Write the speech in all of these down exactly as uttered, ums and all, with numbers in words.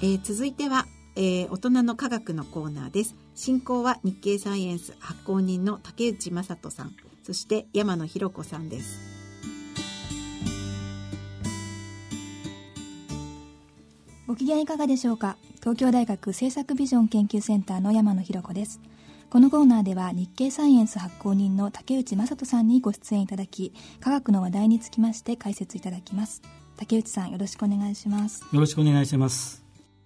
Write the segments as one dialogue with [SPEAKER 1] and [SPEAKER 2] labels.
[SPEAKER 1] えー、続いては、えー、大人の科学のコーナーです。進行は日経サイエンス発行人の竹内正人さん、そして山野博子さんです。
[SPEAKER 2] ご機嫌いかがでしょうか。東京大学政策ビジョン研究センターの山野博子です。このコーナーでは日経サイエンス発行人の竹内正人さんにご出演いただき、科学の話題につきまして解説いただきます。竹内さん、よろしくお願いします。
[SPEAKER 3] よろしくお願いします。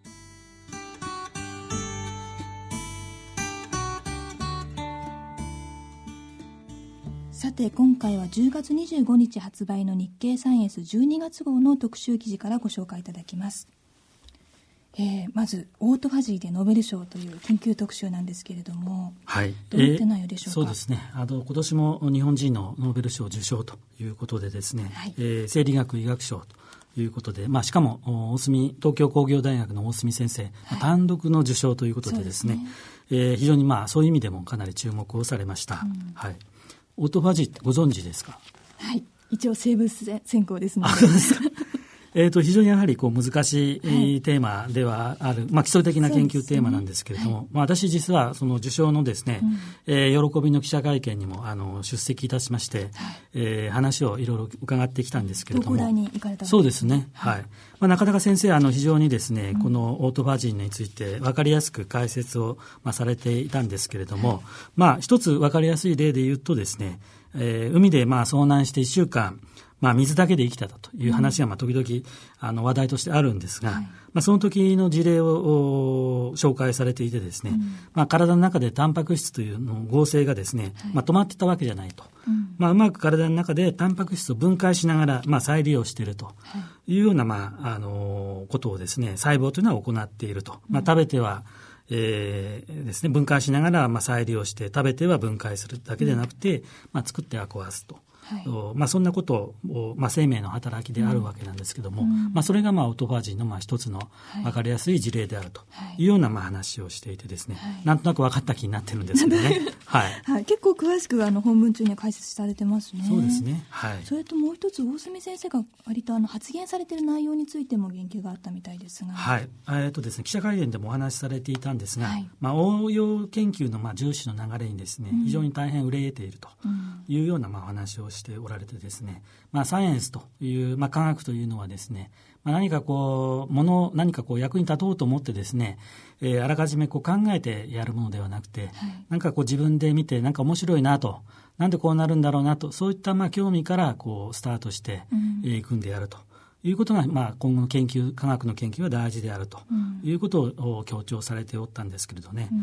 [SPEAKER 2] さて、今回はじゅうがつにじゅうごにち発売の日経サイエンスじゅうにがつ号の特集記事からご紹介いただきます。えー、まずオートファジーでノーベル賞という研究特集なんですけれども、
[SPEAKER 3] はい、
[SPEAKER 2] どういった内容でしょうか。
[SPEAKER 3] えー、そうですね、あの今年も日本人のノーベル賞受賞ということでですね、はい、えー、生理学医学賞ということで、まあ、しかも大隅東京工業大学の大隅先生、はい、単独の受賞ということでですね、そうですね、えー、非常にまあそういう意味でもかなり注目をされました。うん、はい、オートファジーってご存知ですか。
[SPEAKER 2] はい、一応生物専攻ですので。
[SPEAKER 3] あ、そうですか。えー、と非常にやはりこう難しいテーマではある、はい、まあ、基礎的な研究テーマなんですけれども、ね、はい、まあ、私実はその受賞のですね、うん、えー、喜びの記者会見にもあの出席いたしまして、はい、えー、話をいろいろ伺ってきたんですけれども、
[SPEAKER 2] 東工大に行かれたわけですね。
[SPEAKER 3] そうですね、はい、まあ、なかなか先生あの非常にですね、うん、このオートファジーについて分かりやすく解説を、まあ、されていたんですけれども、はい、まあ、一つ分かりやすい例で言うとですね、えー、海でまあ遭難していっしゅうかん、まあ、水だけで生きたという話がまあ時々あの話題としてあるんですが、はい、まあ、その時の事例を紹介されていてですね、うん、まあ、体の中でタンパク質というの合成がですね、はい、まあ、止まってたわけじゃないと、うん、まあ、うまく体の中でタンパク質を分解しながら、まあ、再利用しているというような、まあ、あのことをですね、細胞というのは行っていると、まあ、食べてはえーですね、分解しながらまあ再利用して、食べては分解するだけでなくて、うん、まあ、作っては壊すと、はい、まあ、そんなことを、まあ、生命の働きであるわけなんですけども、うん、まあ、それがまあオートファジーのまあ一つの分かりやすい事例であるというようなまあ話をしていてですね、はい、なんとなく分かった気になってるんですけどね、はい
[SPEAKER 2] はい、結構詳しくあの本文中には解説されてますね。
[SPEAKER 3] そうですね、はい、
[SPEAKER 2] それともう一つ、大隅先生が割とあの発言されている内容についても言及があったみたいですが、
[SPEAKER 3] はい、えーとですね、記者会見でもお話しされていたんですが、はい、まあ、応用研究のまあ重視の流れにですね、うん、非常に大変憂えているというようなまあお話をしておられてですね、まあ、サイエンスという、まあ、科学というのはですね、まあ、何かこうもの何かこう役に立とうと思ってですね、えー、あらかじめこう考えてやるものではなくて、はい、なんかこう自分で見てなんか面白いなと、なんでこうなるんだろうなと、そういったまあ興味からこうスタートしていくんであるということが、まあ、今後の研究、科学の研究は大事であるということを強調されておったんですけれどね、うん、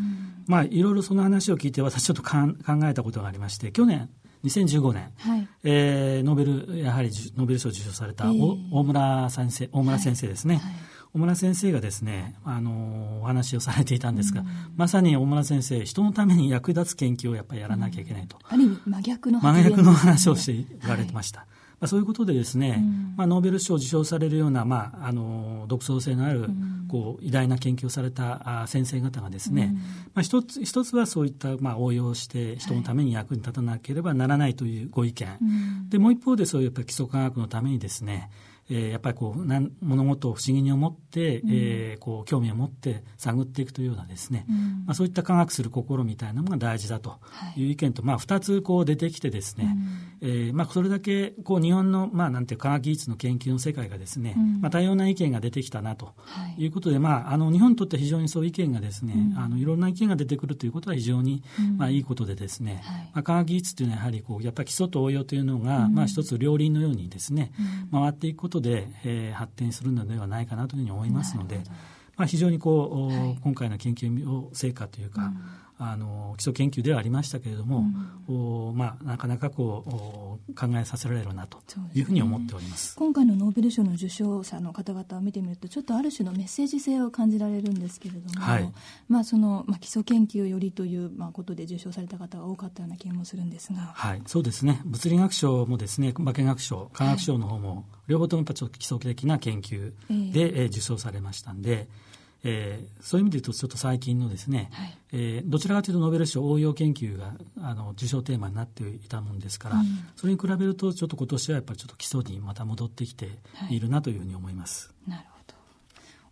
[SPEAKER 3] まあ、いろいろその話を聞いて私ちょっとかん考えたことがありまして、去年にせんじゅうごねん、はい、えー、ノーベルやはりノーベル賞を受賞された、えー、大村先生、大村先生ですね、はいはい、大村先生がですね、あのお話をされていたんですが、うん、まさに大村先生、人のために役立つ研究をやっぱりやらなきゃいけないと、
[SPEAKER 2] うん、ある意味真逆の
[SPEAKER 3] 発言、真逆の話をしておられてました、はい、まあ、そういうことでですね、うん、まあ、ノーベル賞を受賞されるような、まあ、あの独創性のある、うん、こう偉大な研究をされた先生方がですね、うん、まあ、一つ、一つはそういった、まあ、応用して人のために役に立たなければならないというご意見、はい、でもう一方でそういうやっぱり基礎科学のためにですね、えー、やっぱりこうなん物事を不思議に思って、うん、えー、こう興味を持って探っていくというようなですね、うん、まあ、そういった科学する心みたいなのが大事だという意見と、はい、まあ、ふたつこう出てきてですね、うん、えーまあ、それだけこう日本の、まあ、なんていう科学技術の研究の世界がですね、うん、まあ、多様な意見が出てきたなということで、はい、まあ、あの日本にとって非常にそういう意見がですね、うん、あのいろんな意見が出てくるということは非常に、うん、まあ、いいことでですね、はい、まあ、科学技術というのはやはりこうやっぱり基礎と応用というのが、うん、まあ、一つ両輪のようにですね、うん、回っていくことで、えー、発展するのではないかなというふうに思いますので、まあ、非常にこう、はい、今回の研究の成果というか、うん、あの基礎研究ではありましたけれども、うん、おまあ、なかなかこう考えさせられるなというふうに思っております。
[SPEAKER 2] 今回のノーベル賞の受賞者の方々を見てみるとちょっとある種のメッセージ性を感じられるんですけれども、はい、まあそのまあ、基礎研究よりという、まあ、ことで受賞された方が多かったような気もするんですが、
[SPEAKER 3] はい、そうですね。物理学賞もですね、化学賞、科学賞の方も、はい、両方ともやっぱちょっと基礎的な研究で、えー、受賞されましたんで、えー、そういう意味で言うとちょっと最近のですね、はい、えー、どちらかというとノーベル賞応用研究があの受賞テーマになっていたもんですから、うん、それに比べるとちょっと今年はやっぱりちょっと基礎にまた戻ってきているなというふうに思います。
[SPEAKER 2] はい、なるほど。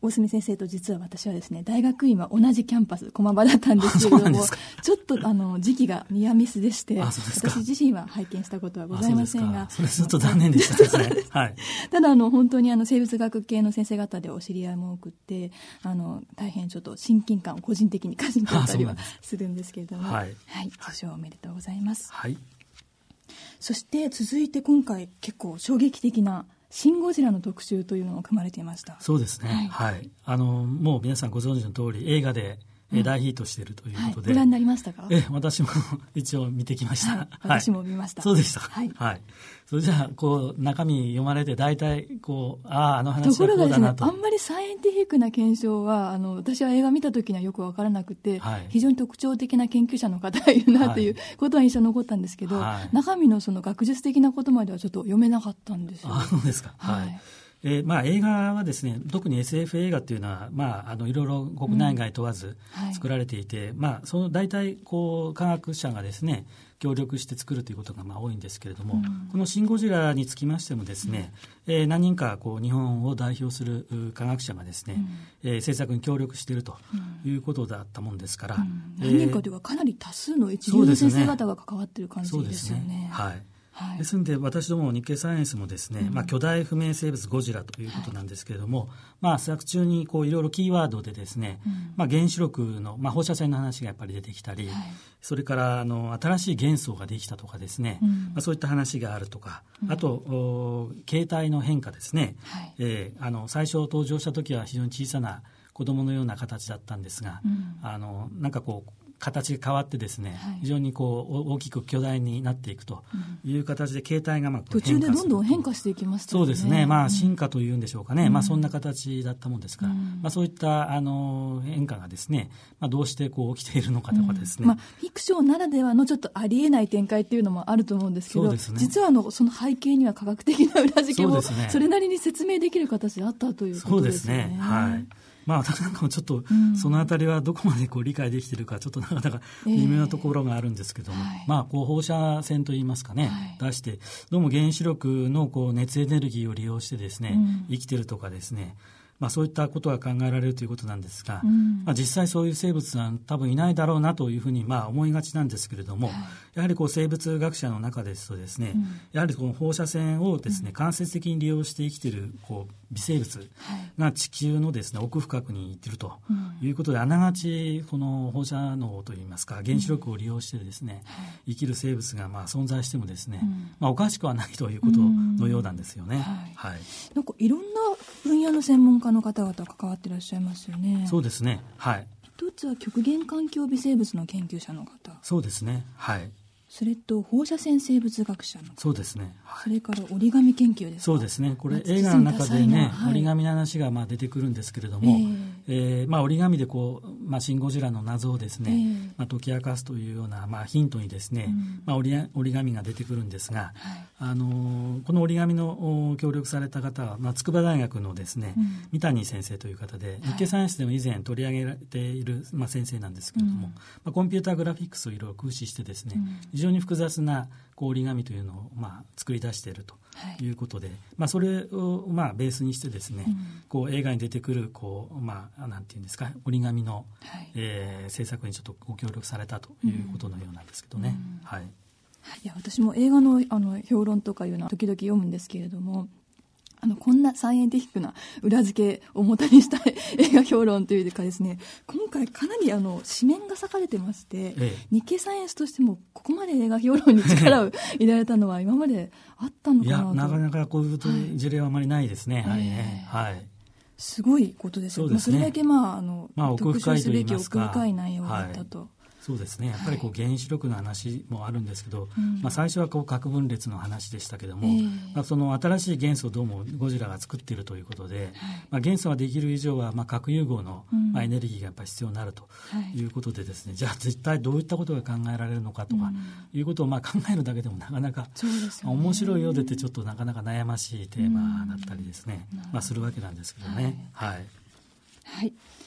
[SPEAKER 2] 大隅先生と実は私はですね、大学院は同じキャンパス駒場だったんですけれども、ちょっとあの時期がニアミスでして、私自身は拝見したことはございませんが、
[SPEAKER 3] それちょっと残念でしたですね。はい、
[SPEAKER 2] ただあの本当にあの生物学系の先生方でお知り合いも多くって、あの大変ちょっと親近感を個人的に感じていたりはするんですけれども、はい、はい、受賞おめでとうございます。はい、そして続いて今回結構衝撃的なシン・ゴジラの特集というのを組まれていました。
[SPEAKER 3] そうですね、はいはい、あのもう皆さんご存知の通り映画で大ヒットしているということで、はい、
[SPEAKER 2] ご覧になりましたか？
[SPEAKER 3] え私も一応見てきました、はい、
[SPEAKER 2] 私も見ました、
[SPEAKER 3] はい、そうでした、はいはい、それじゃあこう中身読まれて大体こうあああの話はこうだなと。ところがですね、
[SPEAKER 2] あんまりサイエンティフィックな検証はあの私は映画見た時にはよく分からなくて、はい、非常に特徴的な研究者の方がいるなということは印象に残ったんですけど、はい、中身のその学術的なことまではちょっと読めなかったんですよ。
[SPEAKER 3] あそうですか、はい、はいえーまあ、映画はですね、特に エスエフ 映画っていうのは、まあ、あのいろいろ国内外問わず作られていて、うんはいまあ、その大体こう科学者がですね協力して作るということがまあ多いんですけれども、うん、このシン・ゴジラにつきましてもですね、うんえー、何人かこう日本を代表する科学者がですね、うんえー、制作に協力しているということだったもんですから、うん
[SPEAKER 2] えー、何人かというかかなり多数の一流の先生方が関わっている感じですよね。
[SPEAKER 3] そうですね、はいはい、ですので私ども日経サイエンスもですね、うんまあ、巨大不明生物ゴジラということなんですけれども、はいまあ、作中にこういろいろキーワードでですね、うんまあ、原子力の、まあ、放射線の話がやっぱり出てきたり、はい、それからあの新しい元素ができたとかですね、うんまあ、そういった話があるとか、うん、あと形態の変化ですね、はいえー、あの最初登場した時は非常に小さな子供のような形だったんですが、うん、あのなんかこう形が変わってですね、はい、非常にこう大きく巨大になっていくという形で形態がまあ
[SPEAKER 2] 途中でどんどん変化していきましたよね。
[SPEAKER 3] そうですね、まあ、進化というんでしょうかね、うんまあ、そんな形だったもんですから、うんまあ、そういったあの変化がですね、まあ、どうしてこう起きているのかとかですね、
[SPEAKER 2] うんまあ、フィクションならではのちょっとありえない展開っていうのもあると思うんですけど、そうですね、実はあのその背景には科学的な裏付けもそれなりに説明できる形であったということですよね。
[SPEAKER 3] そうですね、はいまあ、私なんかもちょっとそのあたりはどこまでこう理解できているかちょっとなかなか微妙なところがあるんですけども、えーはいまあ、こう放射線といいますかね、はい、出してどうも原子力のこう熱エネルギーを利用してですね、うん、生きているとかですね、まあ、そういったことが考えられるということなんですが、うんまあ、実際そういう生物は多分いないだろうなというふうにまあ思いがちなんですけれども、はい、やはりこう生物学者の中ですとですね、うん、やはりこの放射線をですね、うん、間接的に利用して生きているこう微生物が地球のですね奥深くにいっているということで、あながちこの放射能といいますか原子力を利用してですね、うん、生きる生物がまあ存在してもですね、うんまあ、おかしくはないということのようなんですよね、うんはいはい、
[SPEAKER 2] なんかいろんな分野の専門家の方々が関わっていらっしゃいますよね。
[SPEAKER 3] そうですね、はい、
[SPEAKER 2] 一つは極限環境微生物の研究者の方。
[SPEAKER 3] そうですね、はい、
[SPEAKER 2] それと放射線生物学者の方。
[SPEAKER 3] そうですね、はい、
[SPEAKER 2] それから折り紙研究ですか。
[SPEAKER 3] そうですね、これ映画の中でね、はい、折り紙の話がまあ出てくるんですけれども、えーえーまあ、折り紙でこう、まあ、シン・ゴジラの謎をですね、えーまあ、解き明かすというような、まあ、ヒントにですね、うんまあ、折り、折り紙が出てくるんですが、はい、あのこの折り紙の協力された方は、まあ、筑波大学のですね、うん、三谷先生という方で、日経サイエンスでも以前取り上げられている、まあ、先生なんですけれども、うんまあ、コンピューターグラフィックスをいろいろ駆使してですね、うん、非常に複雑なこう折り紙というのを、まあ、作り出しているということで、はいまあ、それを、まあ、ベースにしてですね、うん、こう映画に出てくるこう、まあ、なんていうんですか折り紙の、はいえー、制作にちょっとご協力されたということのようなんですけどね、うんはい、
[SPEAKER 2] いや私も映画 の, あの評論とかいうのは時々読むんですけれども、あのこんなサイエンティフィックな裏付けを元にした映画評論というかですね、今回かなりあの紙面が割かれてまして、ええ、日経サイエンスとしてもここまで映画評論に力を入れられたのは今まであったのかなと。
[SPEAKER 3] いやなかなかこういう事例はあまりないですね、はい
[SPEAKER 2] えー
[SPEAKER 3] はい、
[SPEAKER 2] すごいことですよね。 そ, ねまあ、それだけ、まああの
[SPEAKER 3] まあ、
[SPEAKER 2] 特集すべき奥深い内容だったと、はい
[SPEAKER 3] そうですね、やっぱりこう原子力の話もあるんですけど、はいまあ、最初はこう核分裂の話でしたけども、えーまあ、その新しい元素をどうもゴジラが作っているということで、はいまあ、元素ができる以上はまあ核融合のまあエネルギーがやっぱり必要になるということでですね、うん、じゃあ実際どういったことが考えられるのかとかいうことをまあ考えるだけでもなかなか、うん、面白いようでてちょっとなかなか悩ましいテーマだったりですね、うんまあ、するわけなんですけどね。はい、はい
[SPEAKER 2] はい、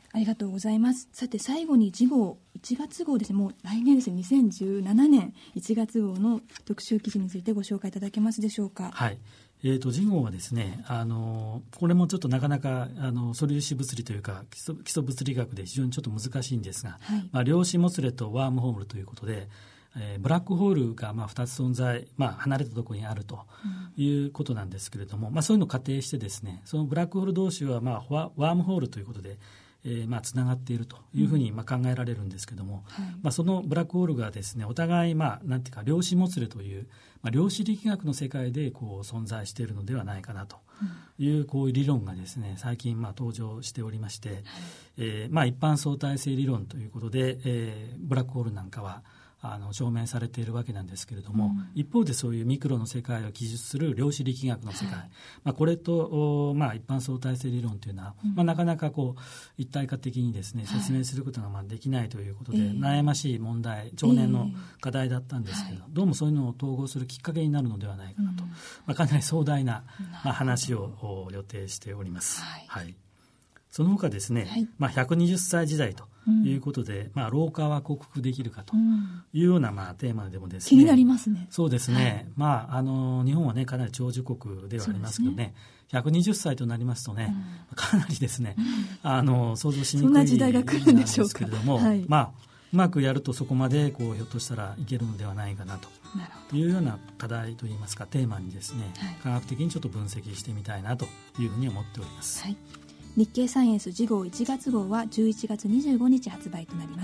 [SPEAKER 2] ありがとうございます。さて最後に次号いちがつ号ですね、もう来年ですね、にせんじゅうななねんいちがつ号の特集記事についてご紹介いただけますでしょうか。
[SPEAKER 3] はい、えー、と次号はですね、あのこれもちょっとなかなかあの素粒子物理というか基礎、基礎物理学で非常にちょっと難しいんですが、はい、まあ、量子もつれとワームホールということで、えー、ブラックホールがまあふたつ存在、まあ、離れたところにあるということなんですけれども、うん、まあ、そういうのを仮定してですね、そのブラックホール同士はまあワームホールということでえーまあ、つながっているというふうにまあ考えられるんですけども、うん、はい、まあ、そのブラックホールがですね、お互い、まあ、なんていうか量子もつれという、まあ、量子力学の世界でこう存在しているのではないかなという、こういう理論がですね、最近まあ登場しておりまして、はい、えーまあ、一般相対性理論ということで、えー、ブラックホールなんかはあの証明されているわけなんですけれども、うん、一方でそういうミクロの世界を記述する量子力学の世界、はい、まあ、これと、まあ、一般相対性理論というのは、うん、まあ、なかなかこう一体化的にですね、説明することがまあできないということで、はい、悩ましい問題、長年の課題だったんですけど、えーはい、どうもそういうのを統合するきっかけになるのではないかなと、うん、まあ、かなり壮大な、まあ、話を予定しております。はい、はい、その他ですね、はい、まあ、ひゃくにじゅっさい時代ということで、うん、まあ、老化は克服できるかというような、まあ、テーマでもですね、
[SPEAKER 2] 気になりますね。
[SPEAKER 3] そうですね、はい、まあ、あの日本はねかなり長寿国ではありますけど ね, ねひゃくにじゅっさいとなりますとね、うん、かなりですね、あの想像しにくい
[SPEAKER 2] そんな時代が来るんでしょうか。
[SPEAKER 3] なんですけれども、はい、まあ、うまくやるとそこまでこうひょっとしたらいけるのではないかなというような課題といいますかテーマにですね、はい、科学的にちょっと分析してみたいなというふうに思っております。
[SPEAKER 2] はい、日経サイエンス次号いちがつ号はじゅういちがつにじゅうごにち発売となります。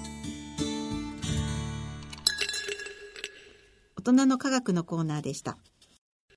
[SPEAKER 1] 大人の科学のコーナーでした。